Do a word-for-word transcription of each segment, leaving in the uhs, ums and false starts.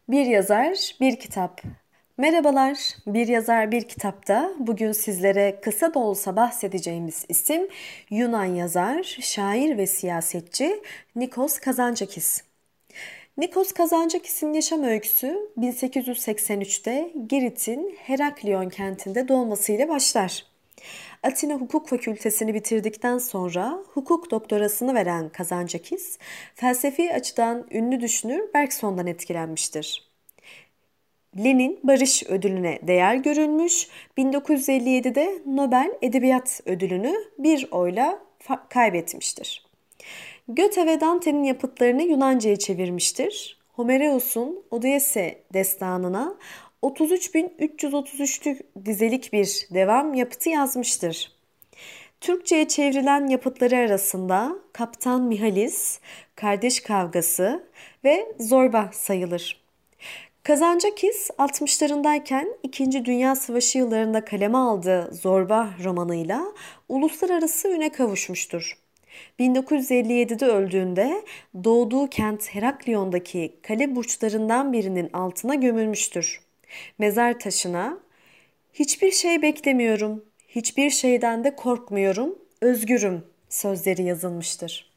Bir yazar, bir kitap. Merhabalar, Bir Yazar Bir Kitap'ta bugün sizlere kısa da olsa bahsedeceğimiz isim Yunan yazar, şair ve siyasetçi Nikos Kazantzakis. Nikos Kazantzakis'in yaşam öyküsü bin sekiz yüz seksen üçte Girit'in Heraklion kentinde doğmasıyla başlar. Atina Hukuk Fakültesini bitirdikten sonra hukuk doktorasını veren Kazantzakis, felsefi açıdan ünlü düşünür Bergson'dan etkilenmiştir. Lenin Barış Ödülü'ne değer görülmüş, bin dokuz yüz elli yedide Nobel Edebiyat Ödülünü bir oyla kaybetmiştir. Goethe ve Dante'nin yapıtlarını Yunanca'ya çevirmiştir. Homerous'un Odyssey destanına otuz üç bin üç yüz otuz üçlük dizelik bir devam yapıtı yazmıştır. Türkçe'ye çevrilen yapıtları arasında Kaptan Mihalis, Kardeş Kavgası ve Zorba sayılır. Kazantzakis altmışlarındayken İkinci Dünya Savaşı yıllarında kaleme aldığı Zorba romanıyla uluslararası üne kavuşmuştur. bin dokuz yüz elli yedide öldüğünde doğduğu kent Heraklion'daki kale burçlarından birinin altına gömülmüştür. Mezar taşına "Hiçbir şey beklemiyorum, hiçbir şeyden de korkmuyorum, özgürüm" sözleri yazılmıştır.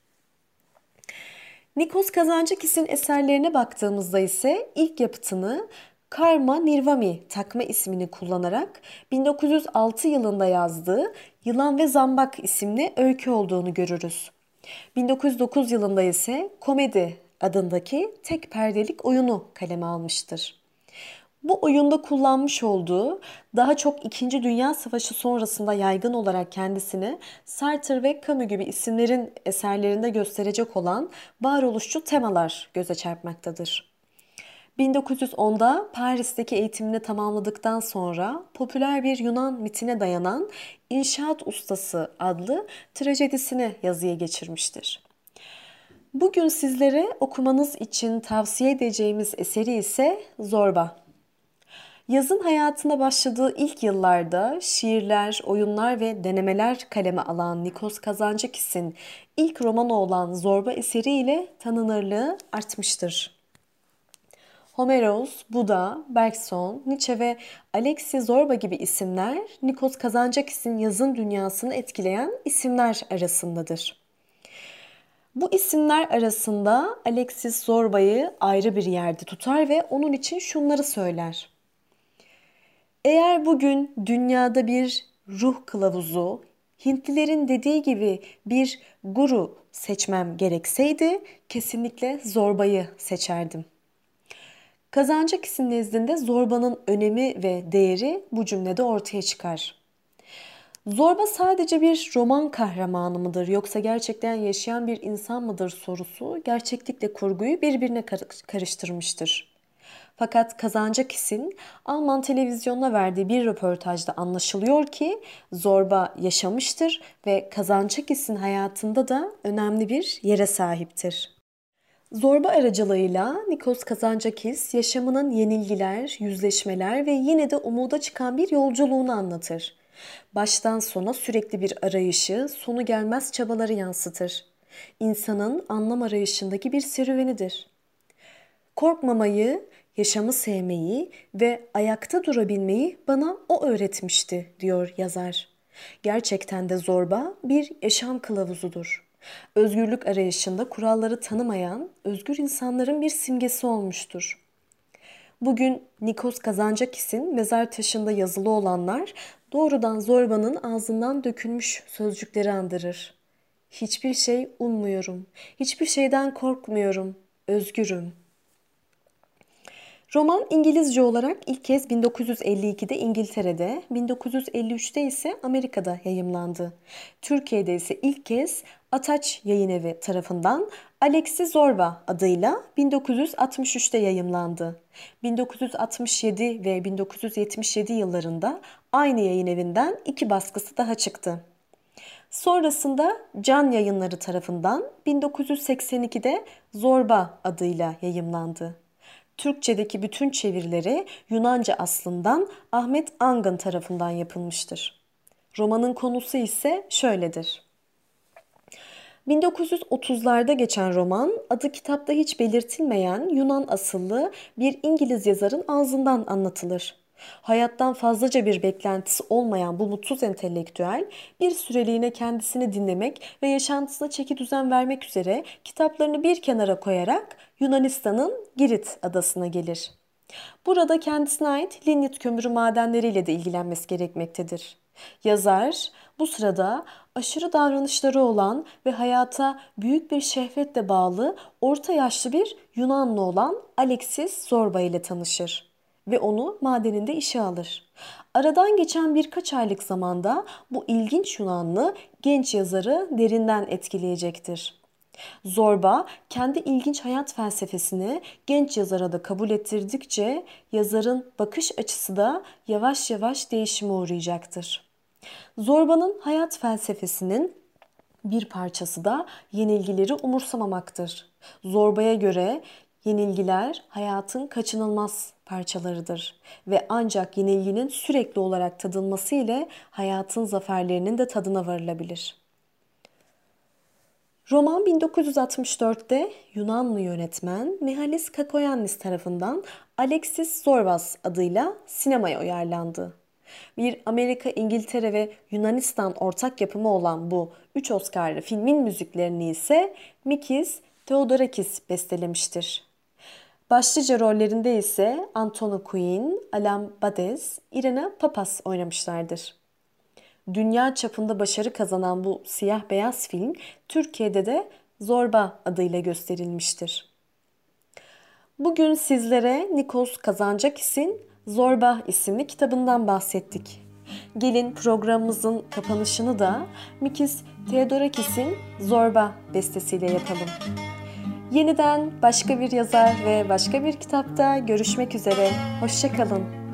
Nikos Kazantzakis'in eserlerine baktığımızda ise ilk yapıtını Karma Nirvami takma ismini kullanarak bin dokuz yüz altı yılında yazdığı Yılan ve Zambak isimli öykü olduğunu görürüz. bin dokuz yüz dokuz yılında ise Komedi adındaki tek perdelik oyunu kaleme almıştır. Bu oyunda kullanmış olduğu, daha çok İkinci Dünya Savaşı sonrasında yaygın olarak kendisini Sartre ve Camus gibi isimlerin eserlerinde gösterecek olan varoluşçu temalar göze çarpmaktadır. bin dokuz yüz onda Paris'teki eğitimini tamamladıktan sonra popüler bir Yunan mitine dayanan İnşaat Ustası adlı trajedisini yazıya geçirmiştir. Bugün sizlere okumanız için tavsiye edeceğimiz eseri ise Zorba. Yazın hayatına başladığı ilk yıllarda şiirler, oyunlar ve denemeler kaleme alan Nikos Kazantzakis'in ilk romanı olan Zorba eseriyle tanınırlığı artmıştır. Homeros, Buda, Bergson, Nietzsche ve Alexis Zorba gibi isimler Nikos Kazantzakis'in yazın dünyasını etkileyen isimler arasındadır. Bu isimler arasında Alexis Zorba'yı ayrı bir yerde tutar ve onun için şunları söyler. Eğer bugün dünyada bir ruh kılavuzu, Hintlilerin dediği gibi bir guru seçmem gerekseydi kesinlikle Zorba'yı seçerdim. Kazantzakis'in nezdinde Zorba'nın önemi ve değeri bu cümlede ortaya çıkar. Zorba sadece bir roman kahramanı mıdır yoksa gerçekten yaşayan bir insan mıdır sorusu gerçeklikle kurguyu birbirine karıştırmıştır. Fakat Kazantzakis'in Alman televizyonuna verdiği bir röportajda anlaşılıyor ki Zorba yaşamıştır ve Kazantzakis'in hayatında da önemli bir yere sahiptir. Zorba aracılığıyla Nikos Kazantzakis yaşamının yenilgiler, yüzleşmeler ve yine de umuda çıkan bir yolculuğunu anlatır. Baştan sona sürekli bir arayışı, sonu gelmez çabaları yansıtır. İnsanın anlam arayışındaki bir serüvenidir. Korkmamayı, yaşamı sevmeyi ve ayakta durabilmeyi bana o öğretmişti, diyor yazar. Gerçekten de Zorba bir yaşam kılavuzudur. Özgürlük arayışında kuralları tanımayan özgür insanların bir simgesi olmuştur. Bugün Nikos Kazantzakis'in mezar taşında yazılı olanlar doğrudan Zorba'nın ağzından dökülmüş sözcükleri andırır. Hiçbir şey ummuyorum, hiçbir şeyden korkmuyorum, özgürüm. Roman İngilizce olarak ilk kez bin dokuz yüz elli ikide İngiltere'de, bin dokuz yüz elli üçte ise Amerika'da yayımlandı. Türkiye'de ise ilk kez Ataç Yayınevi tarafından Alexis Zorba adıyla bin dokuz yüz altmış üçte yayımlandı. bin dokuz yüz altmış yedi ve bin dokuz yüz yetmiş yedi yıllarında aynı yayınevinden iki baskısı daha çıktı. Sonrasında Can Yayınları tarafından bin dokuz yüz seksen ikide Zorba adıyla yayımlandı. Türkçedeki bütün çevirileri Yunanca aslından Ahmet Angın tarafından yapılmıştır. Romanın konusu ise şöyledir. bin dokuz yüz otuzlarda geçen roman, adı kitapta hiç belirtilmeyen Yunan asıllı bir İngiliz yazarın ağzından anlatılır. Hayattan fazlaca bir beklentisi olmayan bu mutsuz entelektüel bir süreliğine kendisini dinlemek ve yaşantısına çekidüzen vermek üzere kitaplarını bir kenara koyarak Yunanistan'ın Girit adasına gelir. Burada kendisine ait linyit kömürü madenleriyle de ilgilenmesi gerekmektedir. Yazar bu sırada aşırı davranışları olan ve hayata büyük bir şehvetle bağlı orta yaşlı bir Yunanlı olan Alexis Zorba ile tanışır ve onu madeninde işe alır. Aradan geçen birkaç aylık zamanda bu ilginç Yunanlı genç yazarı derinden etkileyecektir. Zorba kendi ilginç hayat felsefesini genç yazara da kabul ettirdikçe yazarın bakış açısı da yavaş yavaş değişime uğrayacaktır. Zorba'nın hayat felsefesinin bir parçası da yenilgileri umursamamaktır. Zorba'ya göre yenilgiler hayatın kaçınılmaz parçalarıdır ve ancak yenilginin sürekli olarak tadılması ile hayatın zaferlerinin de tadına varılabilir. Roman bin dokuz yüz altmış dörtte Yunanlı yönetmen Mihalis Kakoyannis tarafından Alexis Zorbas adıyla sinemaya uyarlandı. Bir Amerika, İngiltere ve Yunanistan ortak yapımı olan bu üç Oscar'lı filmin müziklerini ise Mikis Theodorakis bestelemiştir. Başlıca rollerinde ise Antonio Quinn, Alan Bades, Irina Papas oynamışlardır. Dünya çapında başarı kazanan bu siyah beyaz film Türkiye'de de Zorba adıyla gösterilmiştir. Bugün sizlere Nikos Kazantzakis'in Zorba isimli kitabından bahsettik. Gelin programımızın kapanışını da Mikis Theodorakis'in Zorba bestesiyle yapalım. Yeniden başka bir yazar ve başka bir kitapta görüşmek üzere. Hoşça kalın.